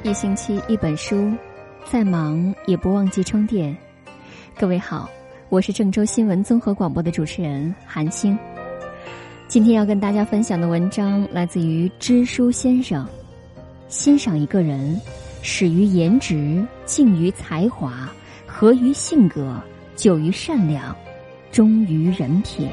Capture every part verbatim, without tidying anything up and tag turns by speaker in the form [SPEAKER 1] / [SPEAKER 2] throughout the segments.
[SPEAKER 1] 一星期一本书，再忙也不忘记充电。各位好，我是郑州新闻综合广播的主持人韩星。今天要跟大家分享的文章来自于知书先生。欣赏一个人，始于颜值，敬于才华，合于性格，久于善良，忠于人品。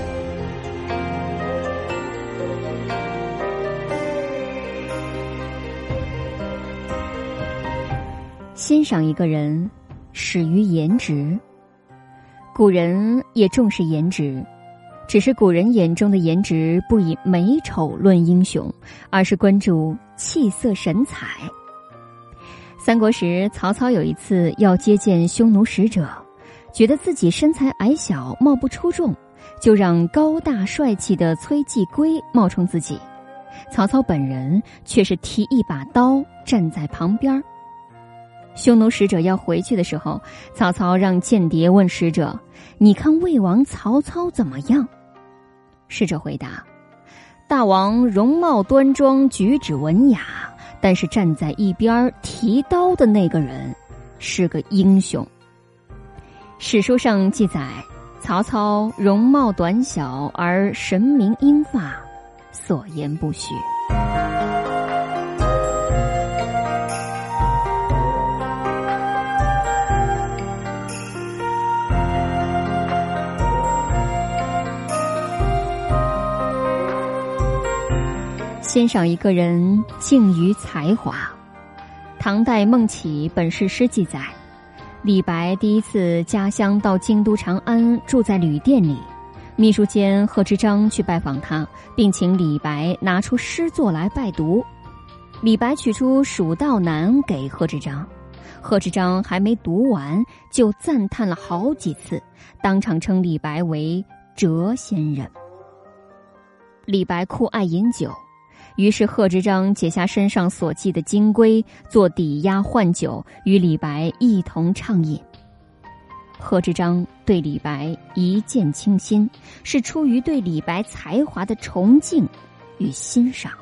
[SPEAKER 1] 欣赏一个人，始于颜值。古人也重视颜值，只是古人眼中的颜值不以美丑论英雄，而是关注气色神采。三国时，曹操有一次要接见匈奴使者，觉得自己身材矮小，貌不出众，就让高大帅气的崔季归冒充自己。曹操本人却是提一把刀站在旁边。匈奴使者要回去的时候，曹操让间谍问使者：你看魏王曹操怎么样？使者回答：大王容貌端庄，举止文雅，但是站在一边提刀的那个人是个英雄。史书上记载，曹操容貌短小而神明英发，所言不虚。欣赏一个人，敬于才华。唐代孟启本事诗记载，李白第一次家乡到京都长安，住在旅店里，秘书监贺知章去拜访他，并请李白拿出诗作来拜读。李白取出《蜀道难》给贺知章，贺知章还没读完就赞叹了好几次，当场称李白为谪仙人。李白酷爱饮酒，于是贺知章解下身上所系的金龟做抵押换酒，与李白一同畅饮。贺知章对李白一见倾心，是出于对李白才华的崇敬与欣赏。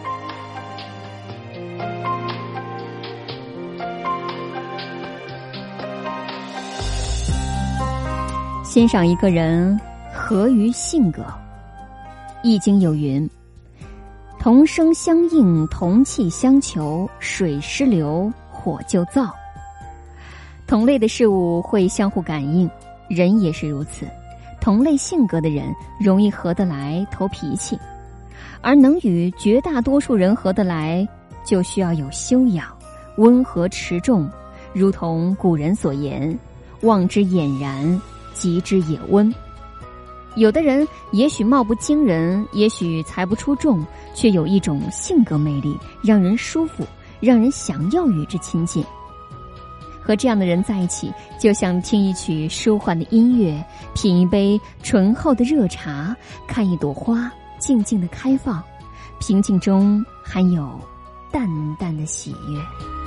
[SPEAKER 1] 欣赏一个人，合于性格。易经有云：同声相应，同气相求，水失流，火就燥。同类的事物会相互感应，人也是如此。同类性格的人容易合得来，投脾气，而能与绝大多数人合得来，就需要有修养，温和持重。如同古人所言：望之俨然，极之也温。有的人也许貌不惊人，也许才不出众，却有一种性格魅力，让人舒服，让人想要与之亲近。和这样的人在一起，就像听一曲舒缓的音乐，品一杯醇厚的热茶，看一朵花静静的开放，平静中含有淡淡的喜悦。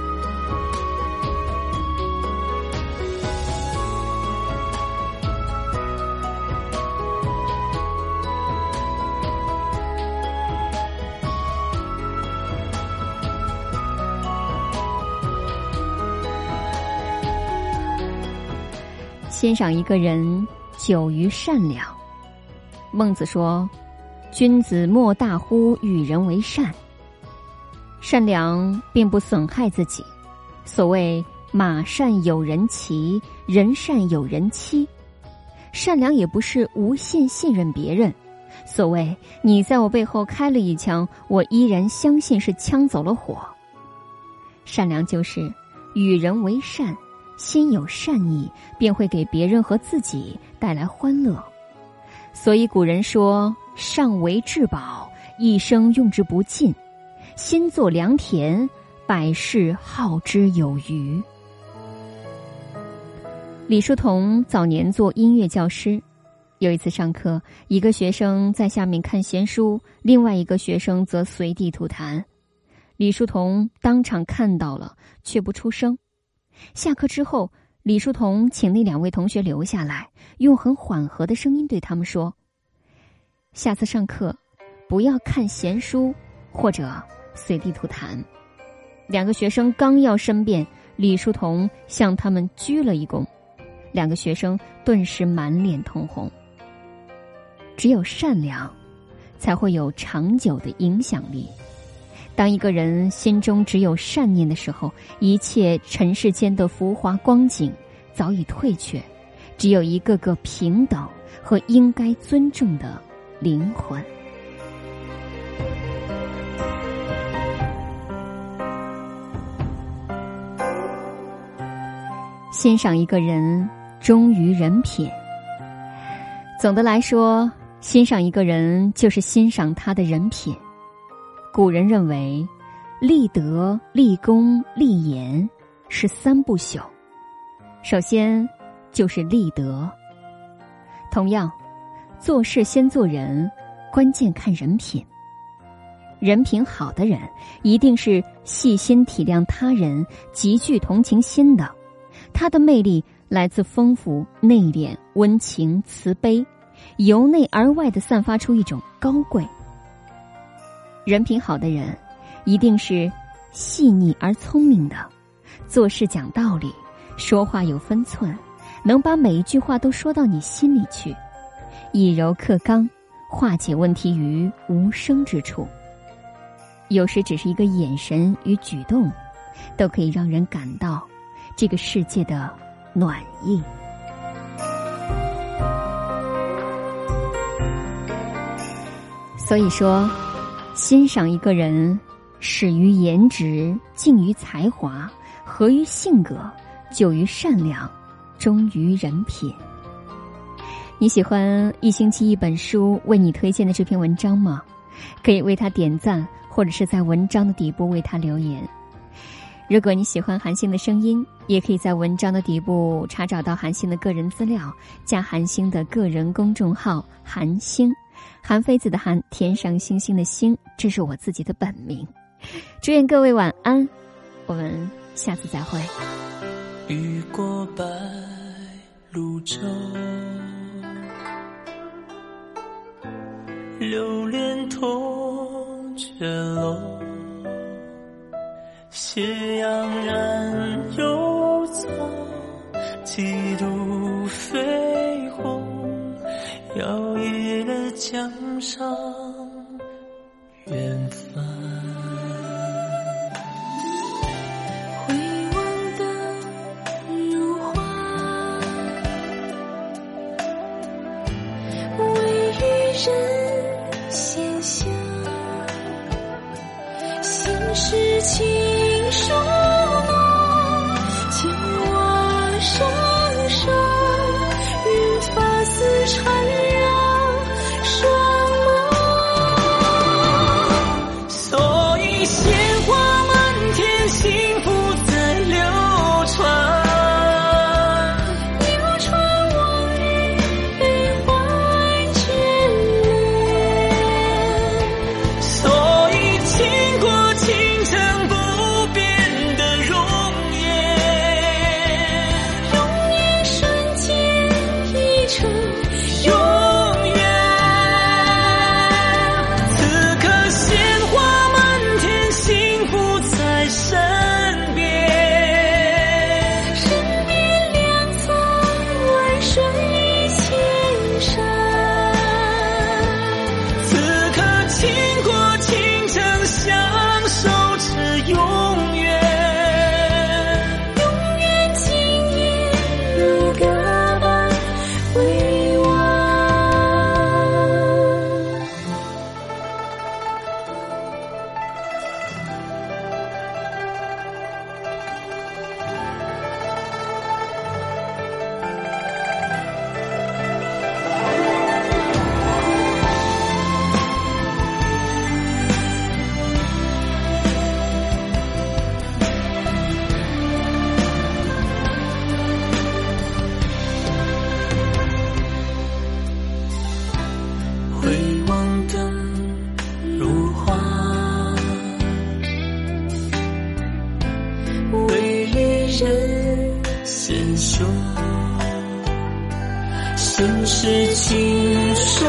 [SPEAKER 1] 欣赏一个人，久于善良。孟子说：君子莫大乎与人为善。善良并不损害自己。所谓马善有人骑，人善有人欺。善良也不是无限信任别人。所谓你在我背后开了一枪，我依然相信是枪走了火。善良就是与人为善，心有善意，便会给别人和自己带来欢乐。所以古人说：善为至宝，一生用之不尽；心作良田，百世耗之有余。李叔同早年做音乐教师，有一次上课，一个学生在下面看闲书，另外一个学生则随地吐痰。李叔同当场看到了，却不出声。下课之后，李叔同请那两位同学留下来，用很缓和的声音对他们说：下次上课不要看闲书或者随地吐痰。 两个学生刚要申辩，李叔同向他们鞠了一躬，两个学生顿时满脸通红。只有善良，才会有长久的影响力。当一个人心中只有善念的时候，一切尘世间的浮华光景早已退却，只有一个个平等和应该尊重的灵魂。欣赏一个人，忠于人品。总的来说，欣赏一个人就是欣赏他的人品。古人认为，立德、立功、立言是三不朽。首先就是立德。同样，做事先做人，关键看人品。人品好的人，一定是细心体谅他人、极具同情心的。他的魅力来自丰富、内敛、温情、慈悲，由内而外地散发出一种高贵。人品好的人，一定是细腻而聪明的，做事讲道理，说话有分寸，能把每一句话都说到你心里去，以柔克刚，化解问题于无声之处。有时只是一个眼神与举动，都可以让人感到这个世界的暖意。所以说，欣赏一个人，始于颜值，敬于才华，合于性格，久于善良，忠于人品。你喜欢一星期一本书为你推荐的这篇文章吗？可以为他点赞，或者是在文章的底部为他留言。如果你喜欢韩星的声音，也可以在文章的底部查找到韩星的个人资料，加韩星的个人公众号韩星，韩非子的韩，天上星星的星，这是我自己的本名。祝愿各位晚安，我们下次再会。
[SPEAKER 2] 雨过白鹭洲，流连铜雀楼，斜阳染幽草，几度飞鸿，摇曳了江上远帆。回望的如花，微雨人闲暇，心事情疏浓，牵我双手，任发丝缠绕双眸。所以鲜花满天，幸福在流传，流传往日悲欢眷恋。所以倾国倾城不变的容颜，容颜瞬间已成永远。此刻鲜花满天，幸福在身边，身边两侧万水千山。此刻倾国倾城，相守着永远，永远纪念如歌般回望。回望灯如花，为一人纤袖，心事情疏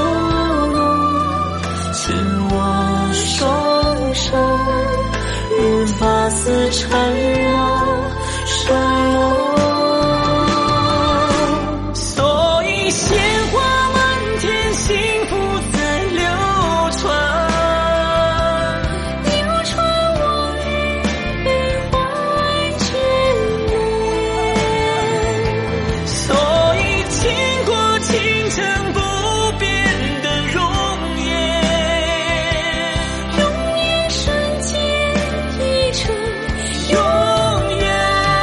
[SPEAKER 2] 浓，牵我双手，任发恰似缠绕什么。所以鲜花满天，幸福在流传，流传往日悲欢眷恋。所以倾国倾城不变的容颜，永远瞬间已成永远。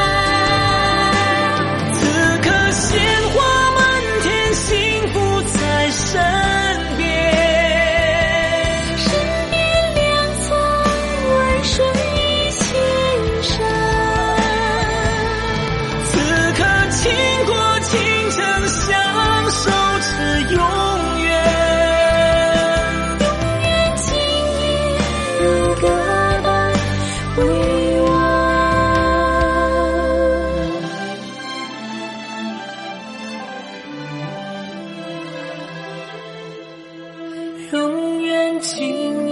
[SPEAKER 2] 此刻鲜花满天，幸福在身边，身边两侧万水千山。此刻倾国倾城，相守至永远，永远今夜如歌般未完，永远今